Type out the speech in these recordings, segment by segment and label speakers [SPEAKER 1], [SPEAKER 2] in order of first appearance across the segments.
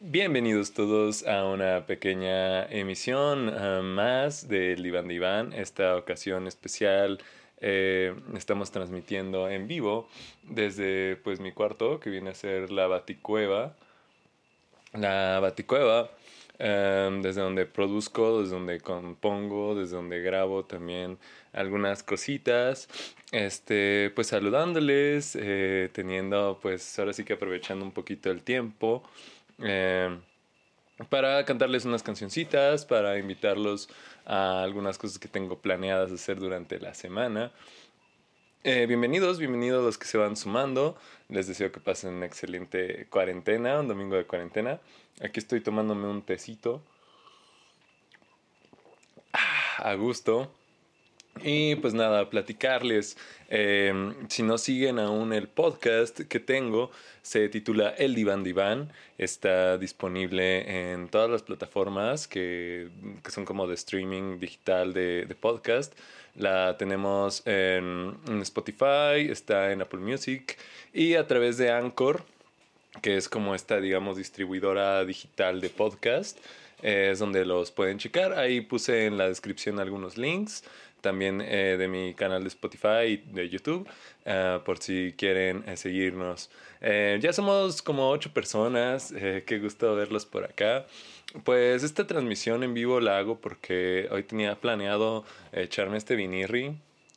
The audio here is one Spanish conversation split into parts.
[SPEAKER 1] Bienvenidos todos a una pequeña emisión más del Diván de Iván. Esta ocasión especial estamos transmitiendo en vivo desde pues mi cuarto, que viene a ser la Baticueva. La Baticueva, desde donde produzco, desde donde compongo, desde donde grabo también algunas cositas. Pues saludándoles, teniendo, pues ahora sí que aprovechando un poquito el tiempo. eh, para cantarles unas cancioncitas, para invitarlos a algunas cosas que tengo planeadas hacer durante la semana. Bienvenidos los que se van sumando. Les deseo que pasen una excelente cuarentena, un domingo de cuarentena. Aquí estoy tomándome un tecito a gusto. Y pues nada, platicarles, si no siguen aún el podcast que tengo, se titula El Diván Diván, está disponible en todas las plataformas que son como de streaming digital de podcast. La tenemos en Spotify, está en Apple Music y a través de Anchor, que es como esta, digamos, distribuidora digital de podcast. Es donde los pueden checar. Ahí puse en la descripción algunos links. También de mi canal de Spotify y de YouTube. Por si quieren seguirnos. Ya somos como 8 personas. Qué gusto verlos por acá. Pues esta transmisión en vivo la hago porque hoy tenía planeado echarme este vinirri.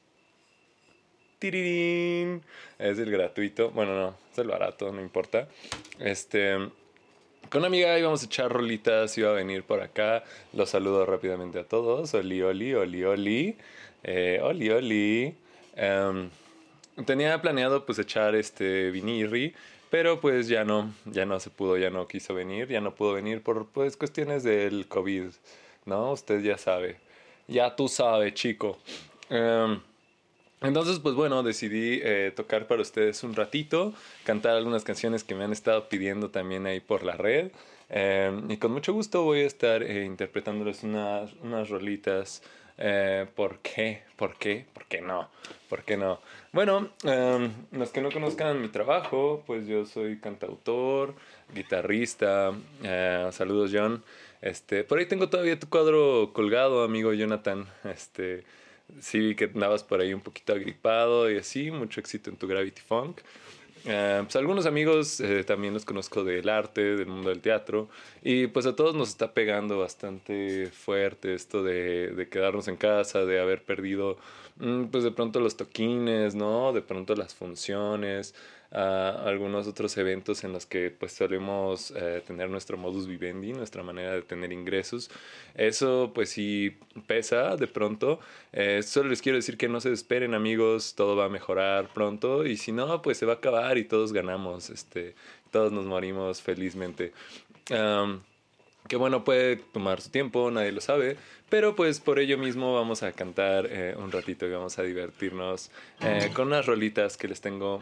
[SPEAKER 1] ¡Tirirín! Es el gratuito. Bueno, no, es el barato, no importa. Con una amiga íbamos a echar rolitas, iba a venir por acá. Los saludo rápidamente a todos. Oli, oli, oli, oli. Oli, oli. Tenía planeado pues echar este vinirri, pero pues ya no se pudo, ya no quiso venir, ya no pudo venir por pues cuestiones del COVID, ¿no? Usted ya sabe. Ya tú sabes, chico. Entonces, pues bueno, decidí tocar para ustedes un ratito, cantar algunas canciones que me han estado pidiendo también ahí por la red. Y con mucho gusto voy a estar interpretándoles unas rolitas. ¿Por qué? ¿Por qué? ¿Por qué no? ¿Por qué no? Bueno, los que no conozcan mi trabajo, pues yo soy cantautor, guitarrista. Saludos, John. Por ahí tengo todavía tu cuadro colgado, amigo Jonathan. Sí vi que andabas por ahí un poquito agripado y así, mucho éxito en tu Gravity Funk. Pues algunos amigos también los conozco del arte, del mundo del teatro, y pues a todos nos está pegando bastante fuerte esto de quedarnos en casa, de haber perdido pues de pronto los toquines, ¿no? De pronto las funciones, algunos otros eventos en los que pues solemos tener nuestro modus vivendi, nuestra manera de tener ingresos. Eso pues sí pesa de pronto. Solo les quiero decir que no se esperen, amigos, todo va a mejorar pronto, y si no pues se va a acabar y todos ganamos, todos nos morimos felizmente. Que bueno, puede tomar su tiempo, nadie lo sabe, pero pues por ello mismo vamos a cantar un ratito y vamos a divertirnos con unas rolitas que les tengo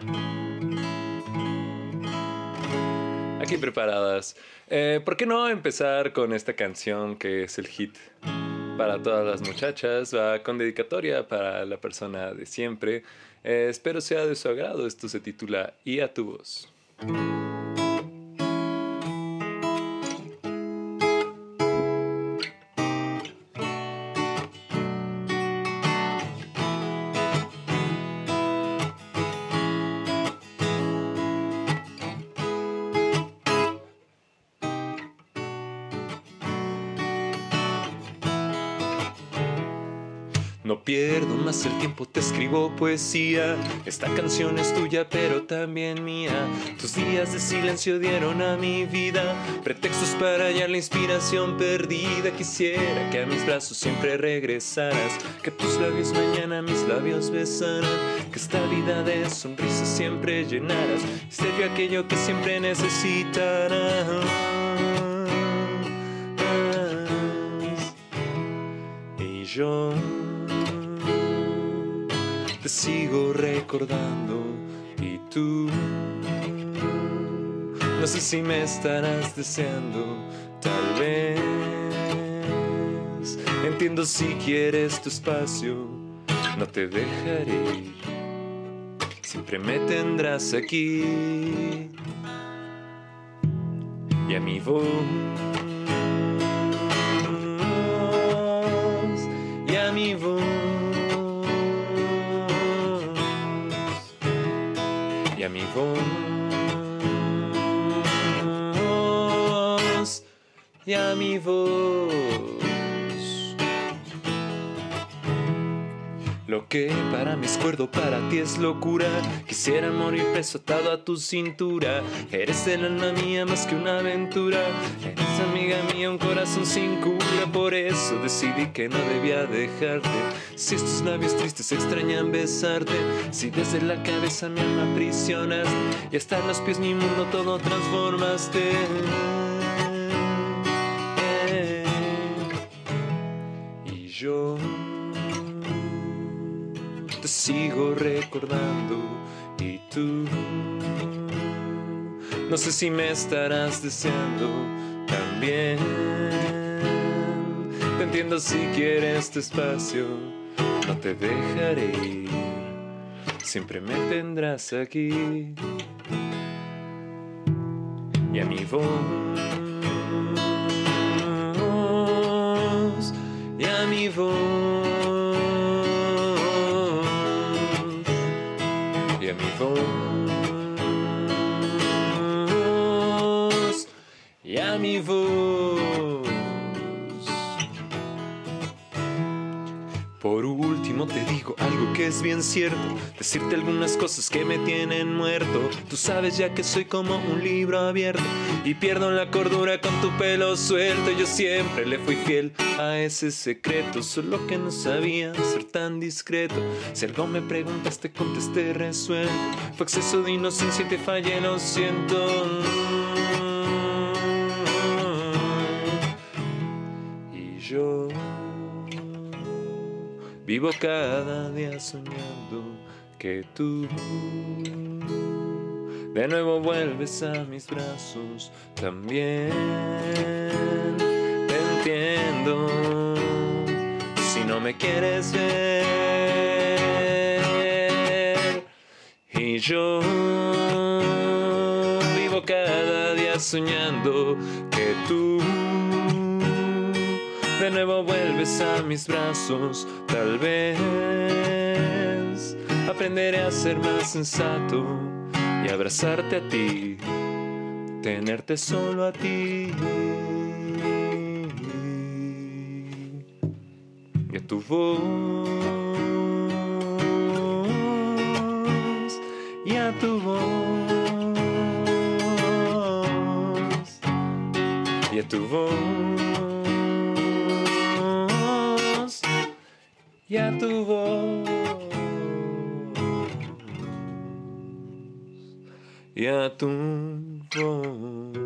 [SPEAKER 1] aquí preparadas. ¿Por qué no empezar con esta canción que es el hit para todas las muchachas? Va con dedicatoria para la persona de siempre. Espero sea de su agrado. Esto se titula Y a tu voz. No pierdo más el tiempo, te escribo poesía. Esta canción es tuya, pero también mía. Tus días de silencio dieron a mi vida pretextos para hallar la inspiración perdida. Quisiera que a mis brazos siempre regresaras, que tus labios mañana mis labios besaran, que esta vida de sonrisas siempre llenaras, y ser yo aquello que siempre necesitarás. Y yo te sigo recordando, y tú no sé si me estarás deseando, tal vez. Entiendo si quieres tu espacio, no te dejaré ir, siempre me tendrás aquí. y a mi voz, y a mi voz, y a mi voz, y a mi voz. Lo que para mí es cuerdo, para ti es locura. Quisiera morir preso atado a tu cintura. Eres el alma mía más que una aventura. Eres amiga mía, un corazón sin cura. Por eso decidí que no debía dejarte. Si estos labios tristes extrañan besarte, si desde la cabeza mi alma aprisionaste y hasta los pies mi mundo todo transformaste. Y yo te sigo recordando y tú no sé si me estarás deseando también. Te entiendo si quieres tu espacio, no te dejaré ir, siempre me tendrás aquí. Y a mi voz, y a mi voz, y a mi voz, y a mi voz. Por último te digo algo que es bien cierto, decirte algunas cosas que me tienen muerto. Tú sabes ya que soy como un libro abierto y pierdo la cordura con tu pelo suelto. Yo siempre le fui fiel a ese secreto, solo que no sabía ser tan discreto. Si algo me preguntas te contesté resuelto. Fue exceso de inocencia y te fallé, lo siento. Y yo vivo cada día soñando que tú de nuevo vuelves a mis brazos. También te entiendo si no me quieres ver. Y yo vivo cada día soñando que tú de nuevo vuelves a mis brazos. Tal vez aprenderé a ser más sensato y abrazarte a ti, tenerte solo a ti y a tu voz, y a tu voz, y a tu voz, y a tu voz, y a tu voz.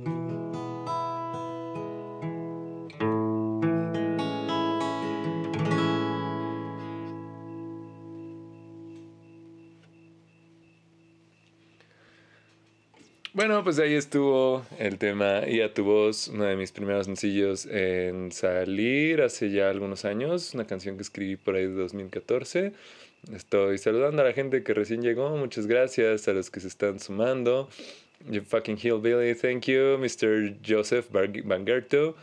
[SPEAKER 1] Bueno, pues ahí estuvo el tema Y a tu voz, uno de mis primeros sencillos en salir hace ya algunos años, una canción que escribí por ahí de 2014. Estoy saludando a la gente que recién llegó, muchas gracias a los que se están sumando. You fucking hillbilly, thank you, Mr. Joseph Bangerto.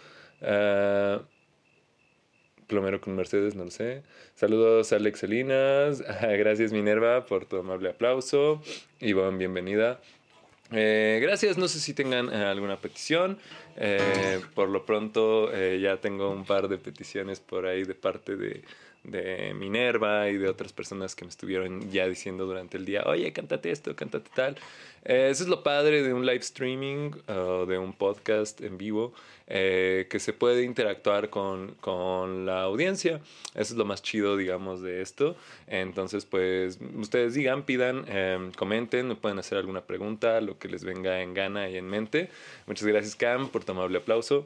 [SPEAKER 1] Plomero con Mercedes, no lo sé. Saludos a Alex Salinas. Gracias Minerva por tu amable aplauso. Ivonne, bienvenida. Gracias, no sé si tengan alguna petición. Por lo pronto ya tengo un par de peticiones por ahí de parte de Minerva y de otras personas que me estuvieron ya diciendo durante el día, oye, cántate esto, cántate tal. Eso es lo padre de un live streaming o de un podcast en vivo, que se puede interactuar con la audiencia. Eso es lo más chido, digamos, de esto. Entonces, pues, ustedes digan, pidan, comenten, me pueden hacer alguna pregunta, lo que les venga en gana y en mente. Muchas gracias, Cam, por tu amable aplauso.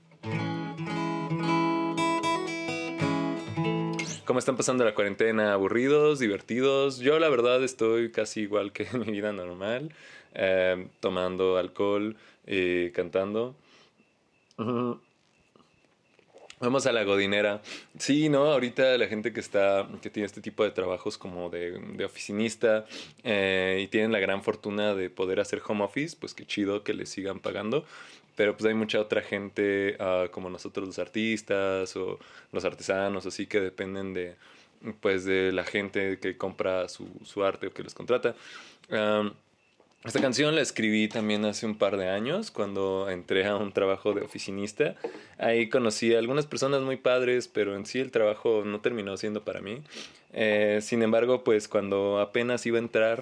[SPEAKER 1] ¿Cómo están pasando la cuarentena? ¿Aburridos? ¿Divertidos? Yo la verdad estoy casi igual que en mi vida normal, tomando alcohol y cantando. Vamos a la godinera. Sí, ¿no? Ahorita la gente que tiene este tipo de trabajos como de oficinista y tienen la gran fortuna de poder hacer home office, pues qué chido que les sigan pagando. Pero pues hay mucha otra gente como nosotros los artistas o los artesanos, así que dependen pues de la gente que compra su arte o que los contrata. Um, Esta canción la escribí también hace un par de años, cuando entré a un trabajo de oficinista. Ahí conocí a algunas personas muy padres, pero en sí el trabajo no terminó siendo para mí. Sin embargo, pues cuando apenas iba a entrar,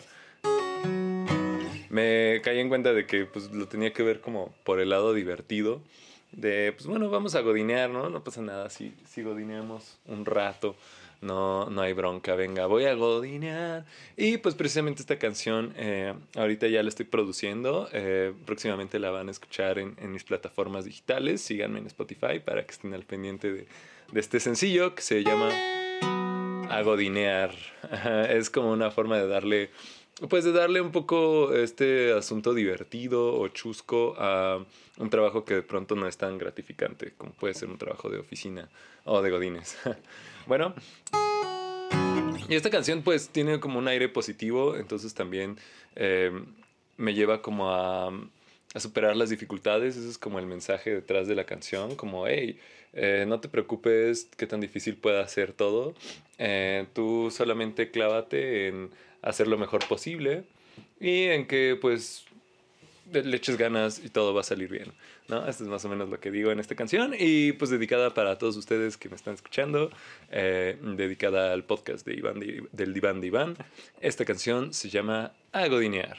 [SPEAKER 1] me caí en cuenta de que pues lo tenía que ver como por el lado divertido. De, pues bueno, vamos a godinear, ¿no? No pasa nada si godineamos un rato. No hay bronca, venga, voy a godinear. Y pues precisamente esta canción, ahorita ya la estoy produciendo. Próximamente la van a escuchar en mis plataformas digitales. Síganme en Spotify para que estén al pendiente de este sencillo que se llama Agodinear. Es como una forma de darle un poco este asunto divertido o chusco a un trabajo que de pronto no es tan gratificante como puede ser un trabajo de oficina o de godines. Bueno, y esta canción pues tiene como un aire positivo, entonces también eh, me lleva como a superar las dificultades. Ese es como el mensaje detrás de la canción, como hey, no te preocupes qué tan difícil pueda ser todo. Tú solamente clávate en hacer lo mejor posible y en que pues le eches ganas y todo va a salir bien, ¿no? Esto es más o menos lo que digo en esta canción y pues dedicada para todos ustedes que me están escuchando, dedicada al podcast de Iván, del Diván de Iván. Esta canción se llama Agodinear.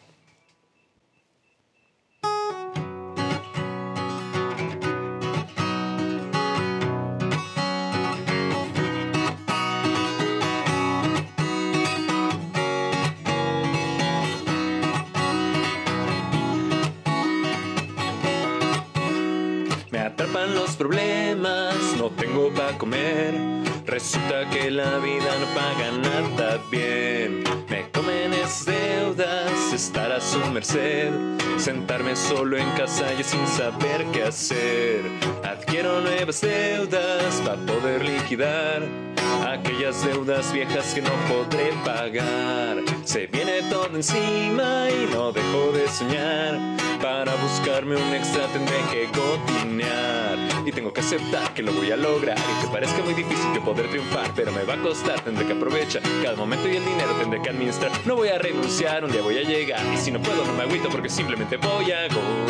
[SPEAKER 1] Me atrapan los problemas, no tengo para comer. Resulta que la vida no paga nada bien. Me comen esas deudas, estar a su merced. Sentarme solo en casa y sin saber qué hacer. Adquiero nuevas deudas para poder liquidar aquellas deudas viejas que no podré pagar. Se viene todo encima y no dejo de soñar. Para buscarme un extra tendré que godinear. Y tengo que aceptar que lo voy a lograr. Y que parezca muy difícil que poder triunfar, pero me va a costar, tendré que aprovechar cada momento y el dinero tendré que administrar. No voy a renunciar, un día voy a llegar. Y si no puedo no me agüito porque simplemente voy a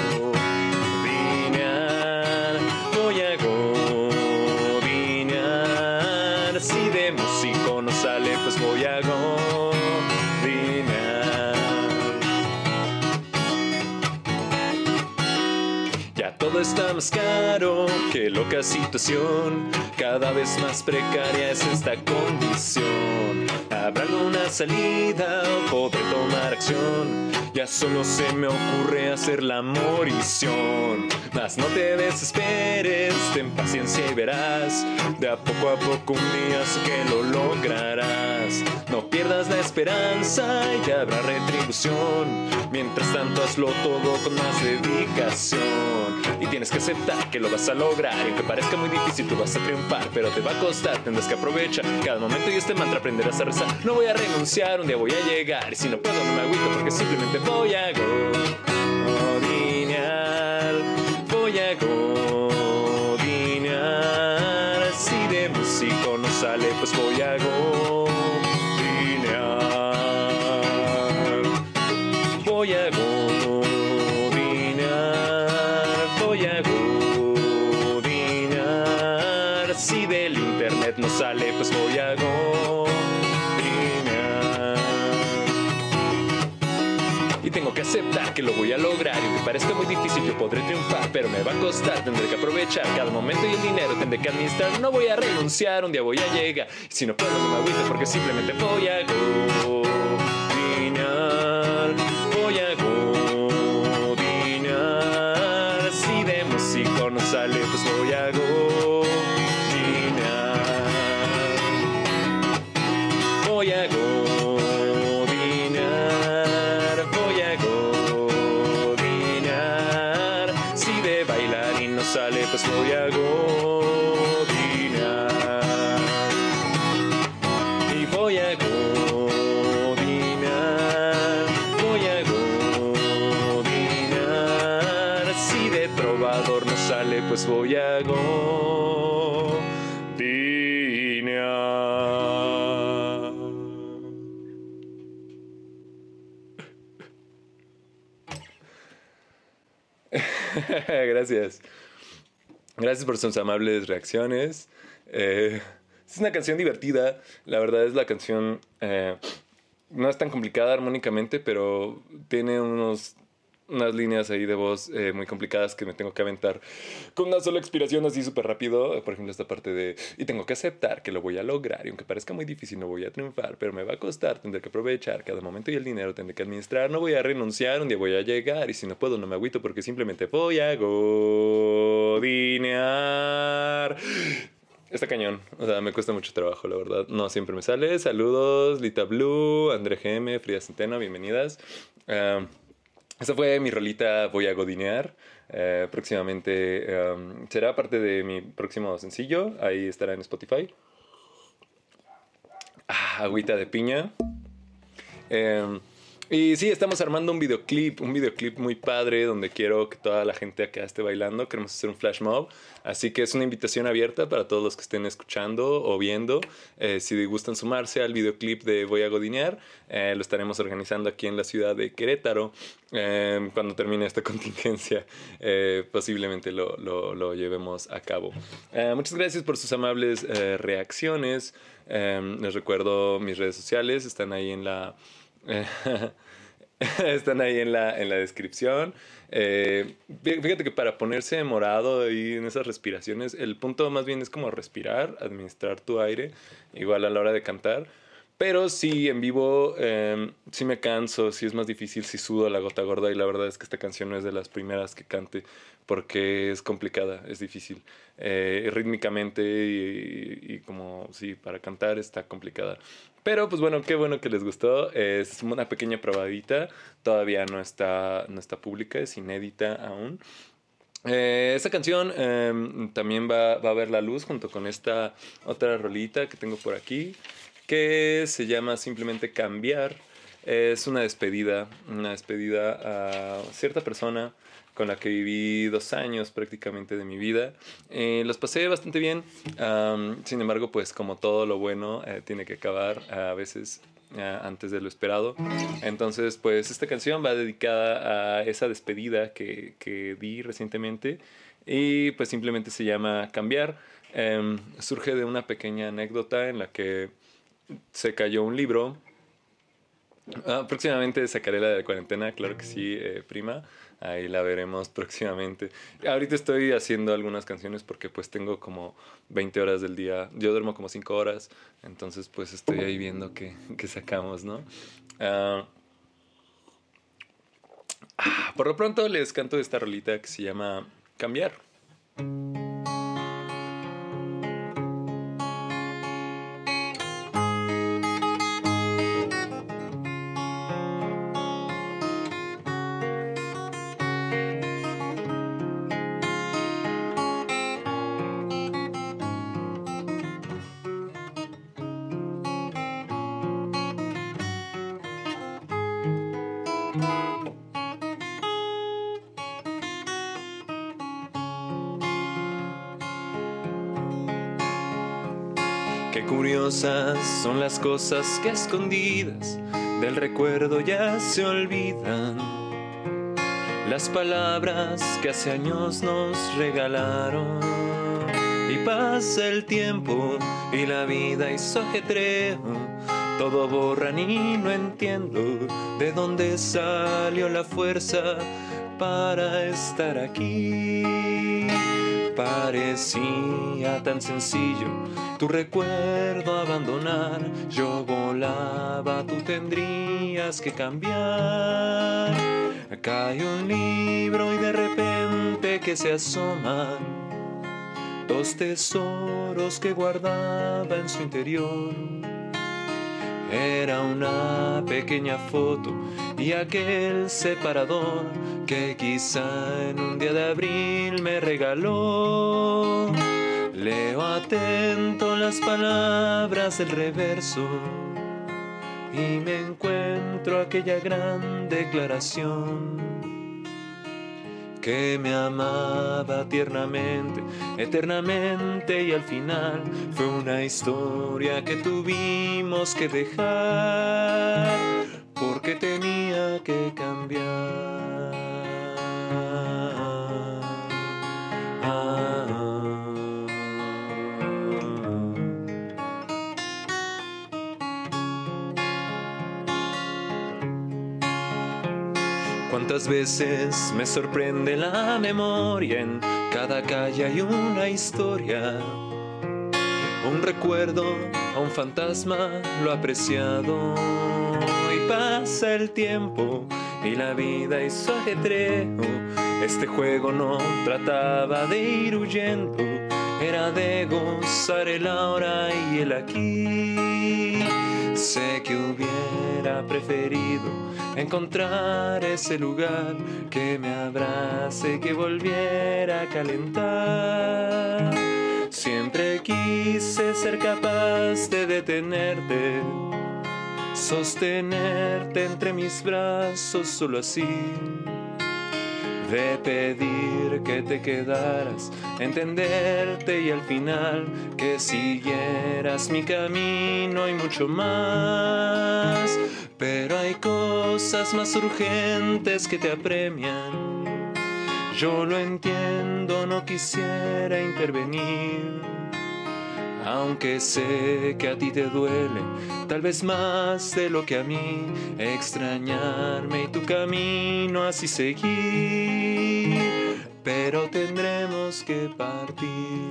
[SPEAKER 1] godinear. Voy a godinear. Si de músico no sale pues voy a godinear. Todo está más caro, qué loca situación. Cada vez más precaria es esta condición. ¿Habrá alguna salida o podré tomar acción? Ya solo se me ocurre hacer la morición. Mas no te desesperes, ten paciencia y verás. De a poco un día sé que lo lograrás. No pierdas la esperanza y habrá retribución. Mientras tanto hazlo todo con más dedicación. Y tienes que aceptar que lo vas a lograr. Y aunque parezca muy difícil tú vas a triunfar, pero te va a costar, tendrás que aprovechar cada momento y este mantra aprenderás a rezar. No voy a renunciar, un día voy a llegar. Y si no puedo no me agüito porque simplemente voy a godinear. Voy a godinear. Si de músico no sale pues voy a godinear. Voy a godinear. Si del internet no sale pues voy a godinear. Y tengo que aceptar que lo voy a lograr. Y aunque parezca muy difícil yo podré triunfar, pero me va a costar, tendré que aprovechar cada momento y el dinero tendré que administrar. No voy a renunciar, un día voy a llegar. Y si no puedo no me agüito porque simplemente voy a godinear. Voy a godinear. Si de músico no sale pues voy a godinear. Voy a godinear, voy a godinear. Si de bailarín no sale, pues voy a godinear. Y voy a godinear, voy a godinear. Si de trovador no sale, pues voy a godinear. Gracias. Gracias por sus amables reacciones. Es una canción divertida. La verdad es la canción no es tan complicada armónicamente, pero tiene unas líneas ahí de voz muy complicadas que me tengo que aventar con una sola expiración así súper rápido. Por ejemplo, esta parte de y tengo que aceptar que lo voy a lograr y aunque parezca muy difícil no voy a triunfar, pero me va a costar, tendré que aprovechar cada momento y el dinero tendré que administrar, no voy a renunciar, un día voy a llegar y si no puedo no me agüito porque simplemente voy a godinear. Está cañón, o sea, me cuesta mucho trabajo, la verdad. No siempre me sale. Saludos, Lita Blue, André GM, Frida Centeno, bienvenidas. Esa fue mi rolita Voy a godinear. Próximamente será parte de mi próximo sencillo. Ahí estará en Spotify. Agüita de piña. Y sí, estamos armando un videoclip muy padre donde quiero que toda la gente acá esté bailando. Queremos hacer un flash mob, así que es una invitación abierta para todos los que estén escuchando o viendo. Si gustan sumarse al videoclip de Voy a godinear, lo estaremos organizando aquí en la ciudad de Querétaro. Cuando termine esta contingencia, posiblemente lo llevemos a cabo. Muchas gracias por sus amables reacciones. Les recuerdo mis redes sociales, están ahí en la... están ahí en la descripción. Fíjate que para ponerse morado y en esas respiraciones, el punto más bien es como respirar, administrar tu aire, igual a la hora de cantar. Pero sí, en vivo, sí me canso, sí es más difícil, sí sudo a la gota gorda y la verdad es que esta canción no es de las primeras que cante porque es complicada, es difícil. Rítmicamente y como, sí, para cantar está complicada. Pero pues bueno, qué bueno que les gustó. Es una pequeña probadita, todavía no está pública, es inédita aún. Esta canción también va a ver la luz junto con esta otra rolita que tengo por aquí, que se llama simplemente Cambiar. Es una despedida a cierta persona con la que viví 2 años prácticamente de mi vida. Los pasé bastante bien, sin embargo, pues como todo lo bueno tiene que acabar a veces antes de lo esperado. Entonces, pues esta canción va dedicada a esa despedida que di recientemente y pues simplemente se llama Cambiar. Surge de una pequeña anécdota en la que se cayó un libro. Próximamente sacaré la de cuarentena, claro que sí, prima. Ahí la veremos próximamente. Ahorita estoy haciendo algunas canciones porque pues tengo como 20 horas del día. Yo duermo como 5 horas, entonces pues estoy ahí viendo qué sacamos, ¿no? Por lo pronto les canto esta rolita que se llama Cambiar. Qué curiosas son las cosas que escondidas del recuerdo ya se olvidan. Las palabras que hace años nos regalaron. Y pasa el tiempo y la vida hizo ajetreo. Todo borran y no entiendo de dónde salió la fuerza para estar aquí. Parecía tan sencillo tu recuerdo abandonar. Yo volaba, tú tendrías que cambiar. Cae un libro y de repente que se asoman 2 tesoros que guardaba en su interior. Era una pequeña foto y aquel separador que quizá en un día de abril me regaló. Leo atento las palabras del reverso y me encuentro aquella gran declaración que me amaba tiernamente, eternamente, y al final fue una historia que tuvimos que dejar porque tenía que cambiar. Cuántas veces me sorprende la memoria, en cada calle hay una historia, un recuerdo, a un fantasma lo apreciado. Y pasa el tiempo y la vida hizo ajetreo. Este juego no trataba de ir huyendo, era de gozar el ahora y el aquí. Sé que hubiera preferido encontrar ese lugar que me abrace, que volviera a calentar. Siempre quise ser capaz de detenerte, sostenerte entre mis brazos, solo así, de pedir que te quedaras, entenderte y al final que siguieras mi camino y mucho más. Pero hay cosas más urgentes que te apremian. Yo lo entiendo, no quisiera intervenir, aunque sé que a ti te duele, tal vez más de lo que a mí, extrañarme y tu camino así seguir. Pero tendremos que partir.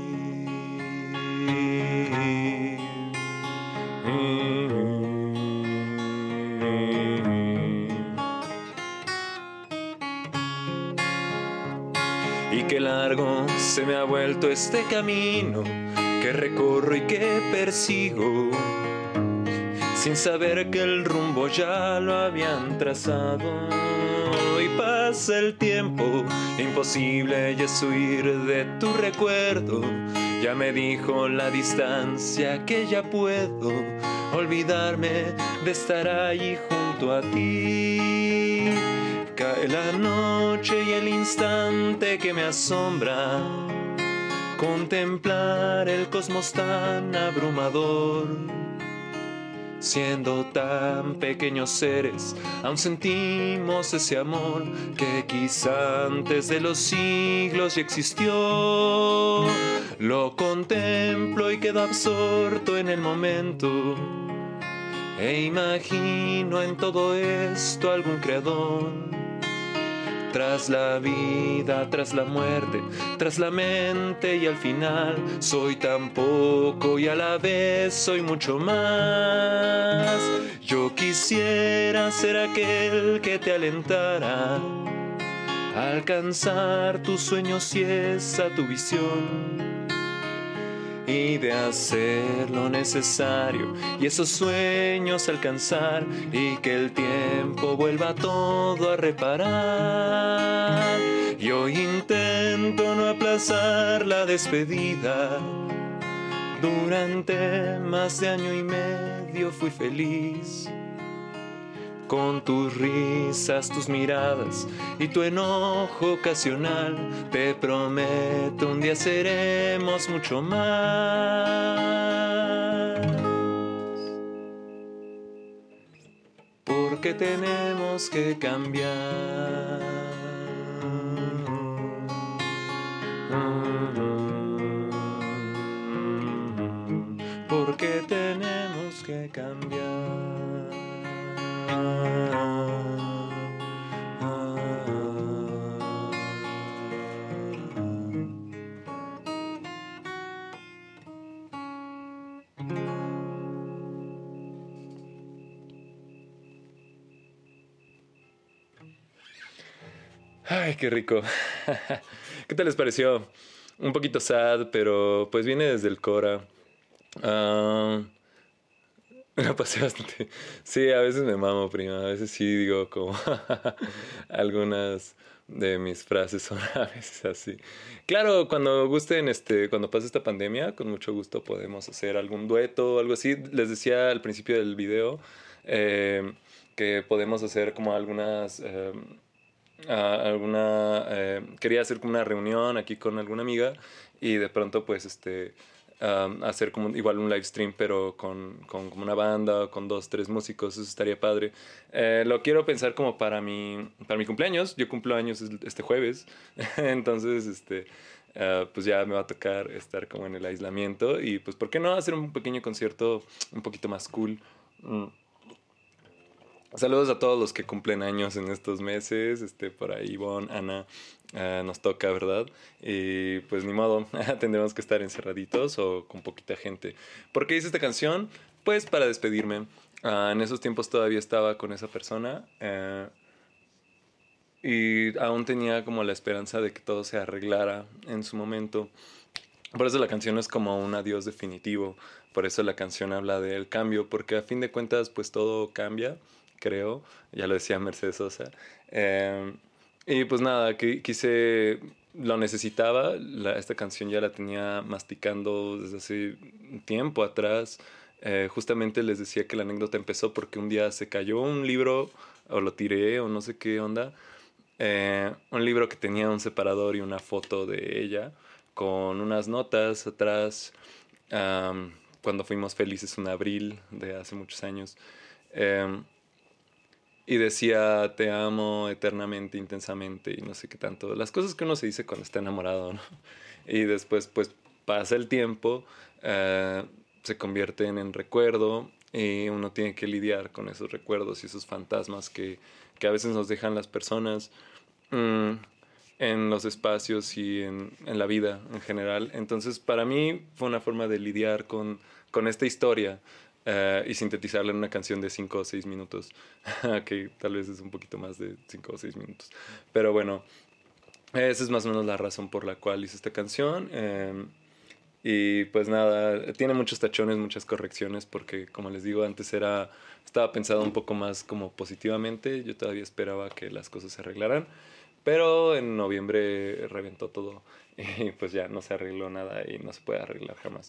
[SPEAKER 1] Y qué largo se me ha vuelto este camino que recorro y que persigo, sin saber que el rumbo ya lo habían trazado. Y pasa el tiempo, imposible ya es huir de tu recuerdo. Ya me dijo la distancia que ya puedo olvidarme de estar allí junto a ti. Cae la noche y el instante que me asombra, contemplar el cosmos tan abrumador. Siendo tan pequeños seres, aún sentimos ese amor que quizá antes de los siglos ya existió. Lo contemplo y quedo absorto en el momento, e imagino en todo esto algún creador. Tras la vida, tras la muerte, tras la mente y al final soy tan poco y a la vez soy mucho más. Yo quisiera ser aquel que te alentara a alcanzar tus sueños y esa tu visión, y de hacer lo necesario y esos sueños alcanzar, y que el tiempo vuelva todo a reparar. Yo intento no aplazar la despedida. Durante más de año y medio fui feliz, con tus risas, tus miradas y tu enojo ocasional. Te prometo un día seremos mucho más, porque tenemos que cambiar. Porque tenemos que cambiar. Ay, qué rico. ¿Qué tal les pareció? Un poquito sad, pero pues viene desde el Cora. Me pasé bastante. Sí, a veces me mamo, prima. A veces sí digo como algunas de mis frases son a veces así. Claro, cuando gusten, cuando pase esta pandemia, con mucho gusto podemos hacer algún dueto o algo así. Les decía al principio del video eh, que podemos hacer como algunas... quería hacer como una reunión aquí con alguna amiga y de pronto pues hacer como igual un live stream pero con como una banda con dos tres músicos, eso estaría padre. Lo quiero pensar como para mi cumpleaños. Yo cumplo años este jueves. Entonces pues ya me va a tocar estar como en el aislamiento y pues por qué no hacer un pequeño concierto un poquito más cool. Mm. Saludos a todos los que cumplen años en estos meses. Por ahí, Ivonne, Ana, nos toca, ¿verdad? Y pues ni modo, tendremos que estar encerraditos o con poquita gente. ¿Por qué hice esta canción? Pues para despedirme. En esos tiempos todavía estaba con esa persona y aún tenía como la esperanza de que todo se arreglara en su momento. Por eso la canción es como un adiós definitivo. Por eso la canción habla del cambio, porque a fin de cuentas, pues todo cambia, creo. Ya lo decía Mercedes Sosa. Eh, y pues nada, quise, lo necesitaba. Esta canción ya la tenía masticando desde hace un tiempo atrás. Justamente les decía que la anécdota empezó porque un día se cayó un libro, o lo tiré, o no sé qué onda. Un libro que tenía un separador y una foto de ella con unas notas atrás, cuando fuimos felices un abril de hace muchos años. Em, y decía, te amo eternamente, intensamente y no sé qué tanto. Las cosas que uno se dice cuando está enamorado, ¿no? Y después, pues, pasa el tiempo, eh, se convierten en recuerdo y uno tiene que lidiar con esos recuerdos y esos fantasmas que a veces nos dejan las personas mm, en los espacios y en la vida en general. Entonces, para mí fue una forma de lidiar con esta historia y sintetizarla en una canción de 5 o 6 minutos, que tal vez es un poquito más de 5 o 6 minutos. Pero bueno, esa es más o menos la razón por la cual hice esta canción. Y pues nada, tiene muchos tachones, muchas correcciones, porque como les digo, estaba pensado un poco más como positivamente. Yo todavía esperaba que las cosas se arreglaran, pero en noviembre reventó todo y pues ya no se arregló nada y no se puede arreglar jamás.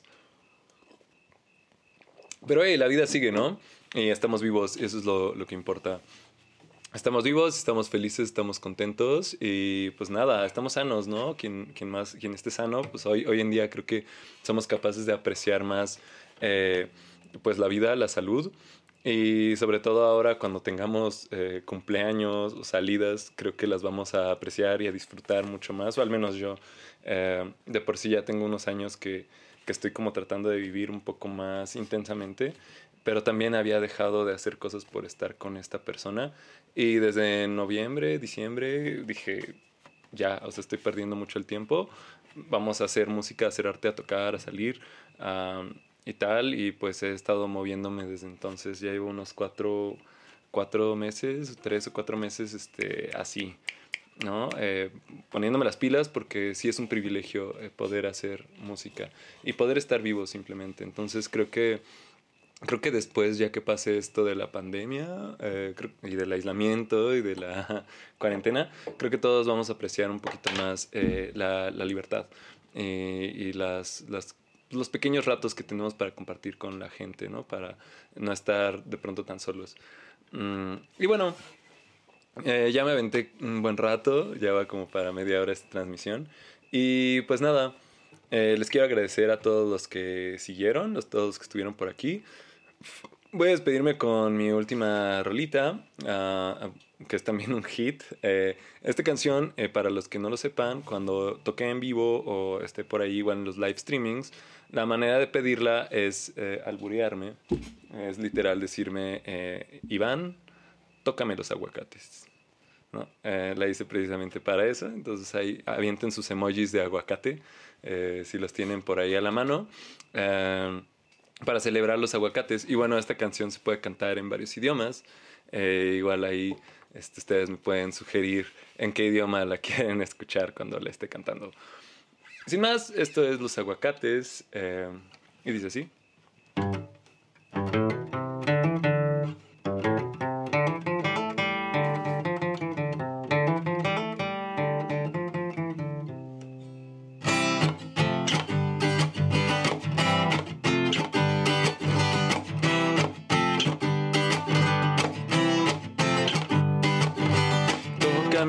[SPEAKER 1] Pero hey, la vida sigue, ¿no? Y estamos vivos, y eso es lo que importa. Estamos vivos, estamos felices, estamos contentos y pues nada, estamos sanos, ¿no? Quien esté sano, pues hoy en día creo que somos capaces de apreciar más pues la vida, la salud y sobre todo ahora cuando tengamos cumpleaños o salidas, creo que las vamos a apreciar y a disfrutar mucho más, o al menos yo. De por sí ya tengo unos años que estoy como tratando de vivir un poco más intensamente, pero también había dejado de hacer cosas por estar con esta persona y desde noviembre, diciembre dije, ya, o sea, estoy perdiendo mucho el tiempo, vamos a hacer música, a hacer arte, a tocar, a salir y tal, y pues he estado moviéndome desde entonces, ya llevo unos 4 meses, 3 o 4 meses, así, ¿no? Poniéndome las pilas porque sí es un privilegio poder hacer música y poder estar vivo simplemente. Entonces creo que después, ya que pase esto de la pandemia y del aislamiento y de la cuarentena, creo que todos vamos a apreciar un poquito más la libertad y los pequeños ratos que tenemos para compartir con la gente, ¿no? Para no estar de pronto tan solos. Y bueno, ya me aventé un buen rato, ya va como para media hora esta transmisión. Y pues nada, les quiero agradecer a todos los que siguieron, todos los que estuvieron por aquí. Voy a despedirme con mi última rolita, que es también un hit. Esta canción, para los que no lo sepan, cuando toqué en vivo o esté por ahí igual en los live streamings, la manera de pedirla es alburearme. Es literal decirme, Iván, tócame los aguacates. ¿No? La hice precisamente para eso. Entonces ahí avienten sus emojis de aguacate, si los tienen por ahí a la mano. Para celebrar los aguacates. Y bueno, esta canción se puede cantar en varios idiomas. Igual ahí ustedes me pueden sugerir en qué idioma la quieren escuchar cuando la esté cantando. Sin más, esto es Los Aguacates. Y dice así.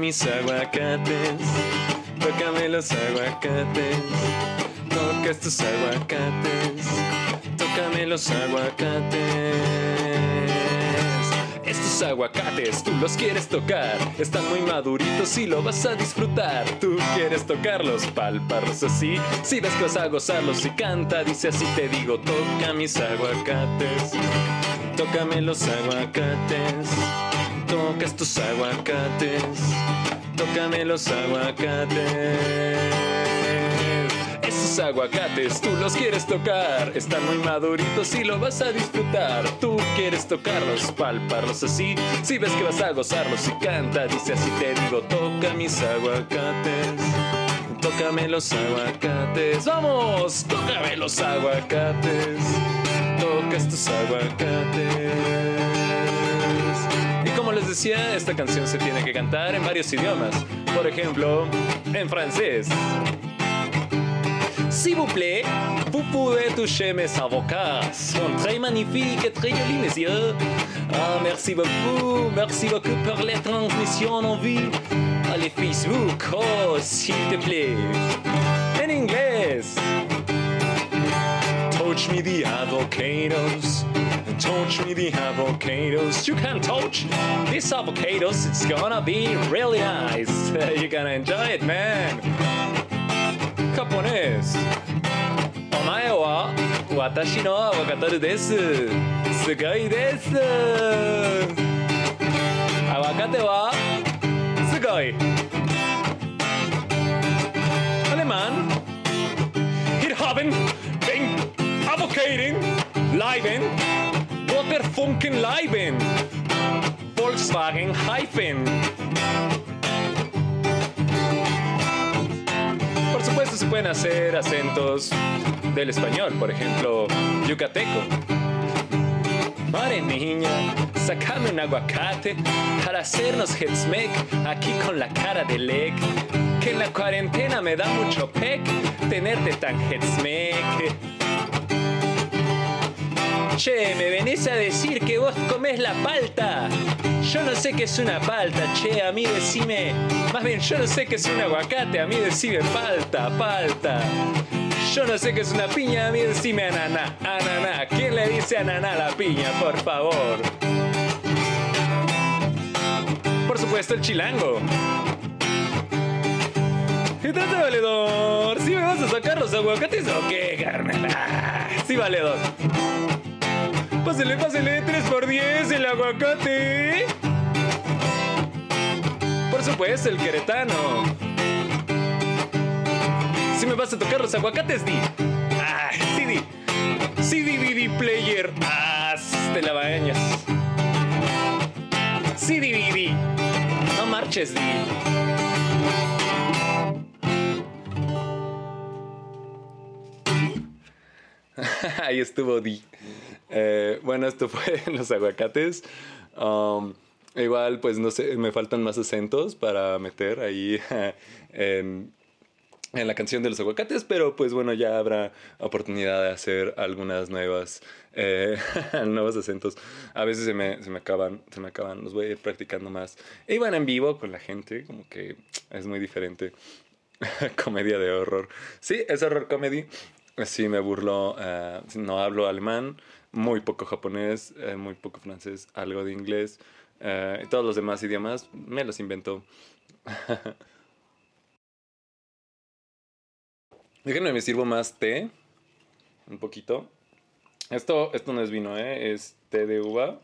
[SPEAKER 1] mis aguacates, tócame los aguacates, toca estos aguacates, tócame los aguacates. Estos aguacates, tú los quieres tocar, están muy maduritos y lo vas a disfrutar. Tú quieres tocarlos, palparlos así, si ves que vas a gozarlos y canta, dice así te digo, toca mis aguacates, tócame los aguacates, toca estos aguacates, tócame los aguacates. Estos aguacates, tú los quieres tocar, están muy maduritos y lo vas a disfrutar. Tú quieres tocarlos, palparlos así, si ves que vas a gozarlos y canta, dice así te digo, toca mis aguacates, tócame los aguacates. ¡Vamos! Tócame los aguacates, toca estos aguacates. Y como les decía, esta canción se tiene que cantar en varios idiomas. Por ejemplo, en francés. S'il vous plaît, vous pouvez toucher mes avocats. Sont très magnifiques et très jolis, messieurs. Ah, merci beaucoup pour les transmissions en vie. Allez, Facebook, oh, s'il te plaît. En inglés. Touch me the avocados. Touch me the avocados. You can touch these avocados. It's gonna be really nice. You're gonna enjoy it, man. Japonés. Omae wa watashi no aguacate desu. Sugoi desu. Aguacate wa sugoi. Alemán. Hier haben den Avocaten Leiben. Waterfunken Leiben. Volkswagen Hyphen. Por supuesto se pueden hacer acentos del español, por ejemplo, yucateco. Madre niña, sacame un aguacate para hacernos hetzmec aquí con la cara de leg. Que en la cuarentena me da mucho pec tenerte tan hetzmec. Che, me venís a decir que vos comés la palta. Yo no sé qué es una palta, che, a mí decime. Más bien, yo no sé qué es un aguacate, a mí decime palta, palta. Yo no sé qué es una piña, a mí decime ananá, ananá. ¿Quién le dice ananá a la piña, por favor? Por supuesto, el chilango. ¿Qué trata, valedor? ¿Sí me vas a sacar los aguacates o qué, carnal? Sí, valedor. Pásele, pásele, 3x10 el aguacate. Por supuesto, el queretano. Si me vas a tocar los aguacates, di. Ah, sí, di. Sí, di, player. Ah, te la bañas. Sí, di. No marches, di. Ahí estuvo Di. Bueno, esto fue los aguacates. Igual, pues no sé, me faltan más acentos para meter ahí en la canción de los aguacates, pero pues bueno, ya habrá oportunidad de hacer algunas nuevas nuevos acentos. A veces se me acaban, los voy a ir practicando más. Y bueno, en vivo con la gente, como que es muy diferente. Comedia de horror. Sí, es horror comedy. Sí, me burlo. No hablo alemán, muy poco japonés, muy poco francés, algo de inglés. Y todos los demás idiomas me los invento. Déjenme, me sirvo más té. Un poquito. Esto no es vino, es té de uva.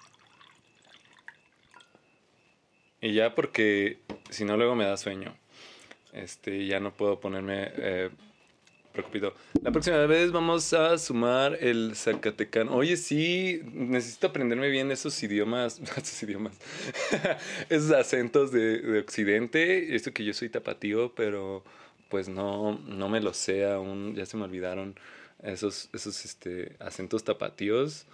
[SPEAKER 1] Y ya porque si no luego me da sueño. Ya no puedo ponerme preocupado. La próxima vez vamos a sumar el zacatecano. Oye, sí, necesito aprenderme bien esos idiomas. Esos acentos de Occidente. Esto que yo soy tapatío, pero pues no me lo sé aún. Ya se me olvidaron esos acentos tapatíos.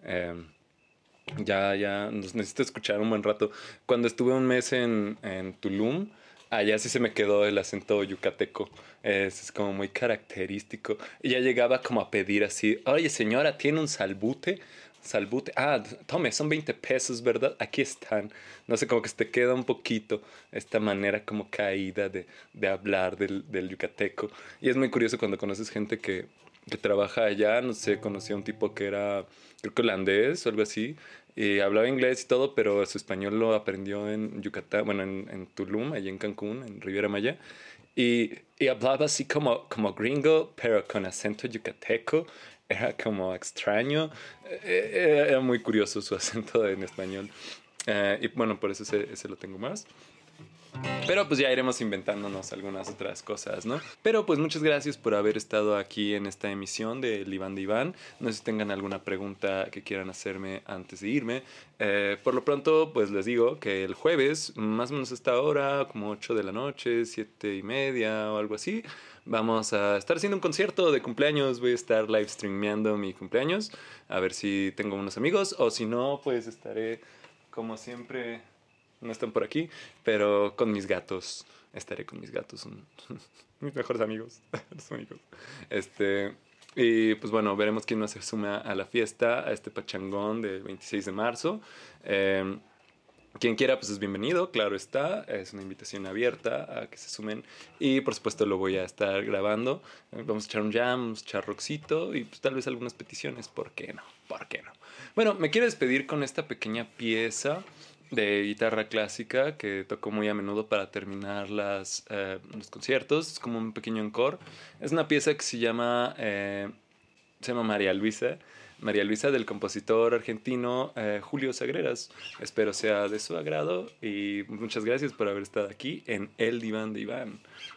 [SPEAKER 1] Ya nos necesito escuchar un buen rato. Cuando estuve un mes en Tulum, allá sí se me quedó el acento yucateco. Es como muy característico. Y ya llegaba como a pedir así, oye señora, ¿tiene un salbute? Salbute. Ah, tome, son 20 pesos, ¿verdad? Aquí están. No sé, como que se te queda un poquito esta manera como caída de hablar del yucateco. Y es muy curioso cuando conoces gente que trabaja allá. No sé, conocí a un tipo que era, creo que holandés o algo así. Y hablaba inglés y todo, pero su español lo aprendió en Yucatán, bueno, en Tulum, allá en Cancún, en Riviera Maya. Y hablaba así como gringo, pero con acento yucateco. Era como extraño. Era muy curioso su acento en español. Y bueno, por eso ese lo tengo más. Pero pues ya iremos inventándonos algunas otras cosas, ¿no? Pero pues muchas gracias por haber estado aquí en esta emisión de El Iván de Iván. No sé si tengan alguna pregunta que quieran hacerme antes de irme. Por lo pronto, pues les digo que el jueves, más o menos a esta hora, como 8 de la noche, 7:30 o algo así, vamos a estar haciendo un concierto de cumpleaños. Voy a estar live streameando mi cumpleaños. A ver si tengo unos amigos o si no, pues estaré como siempre no están por aquí, pero con mis gatos. Estaré con mis gatos, son mis mejores amigos, los únicos. Este, y pues bueno, veremos quién más se suma a la fiesta, a este pachangón del 26 de marzo. Eh, Quien quiera, pues es bienvenido, claro está. Es una invitación abierta a que se sumen. Y por supuesto lo voy a estar grabando. Vamos a echar un jam, vamos a echar rockcito y pues tal vez algunas peticiones. ¿Por qué no? ¿Por qué no? Bueno, me quiero despedir con esta pequeña pieza de guitarra clásica que toco muy a menudo para terminar los conciertos. Es como un pequeño encore. Es una pieza que se llama María Luisa. María Luisa del compositor argentino Julio Sagreras. Espero sea de su agrado y muchas gracias por haber estado aquí en El Diván de Iván.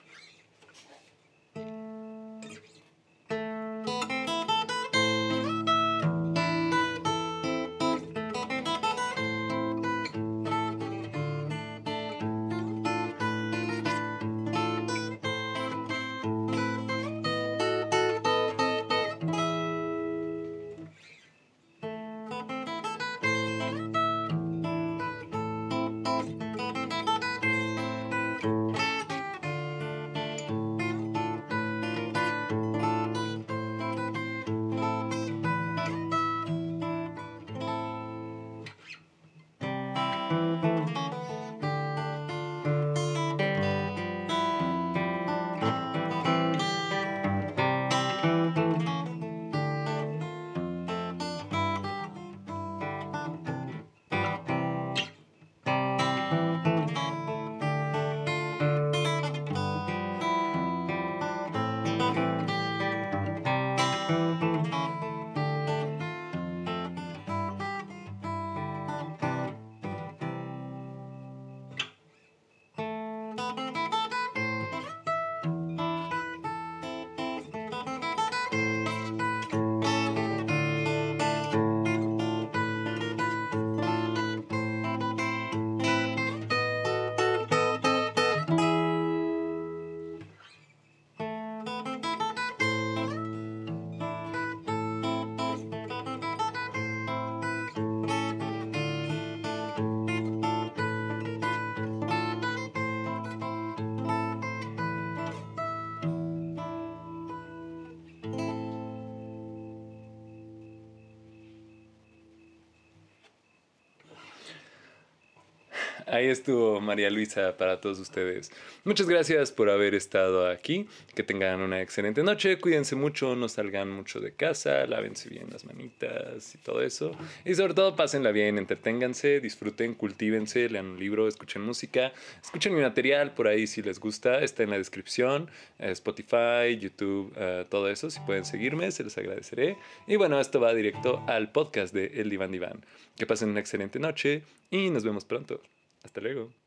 [SPEAKER 1] Ahí estuvo María Luisa para todos ustedes. Muchas gracias por haber estado aquí. Que tengan una excelente noche. Cuídense mucho, no salgan mucho de casa, lávense bien las manitas y todo eso. Y sobre todo, pásenla bien, entreténganse, disfruten, cultívense, lean un libro, escuchen música, escuchen mi material por ahí si les gusta. Está en la descripción, Spotify, YouTube, todo eso. Si pueden seguirme, se les agradeceré. Y bueno, esto va directo al podcast de El Diván Diván. Que pasen una excelente noche y nos vemos pronto. Hasta luego.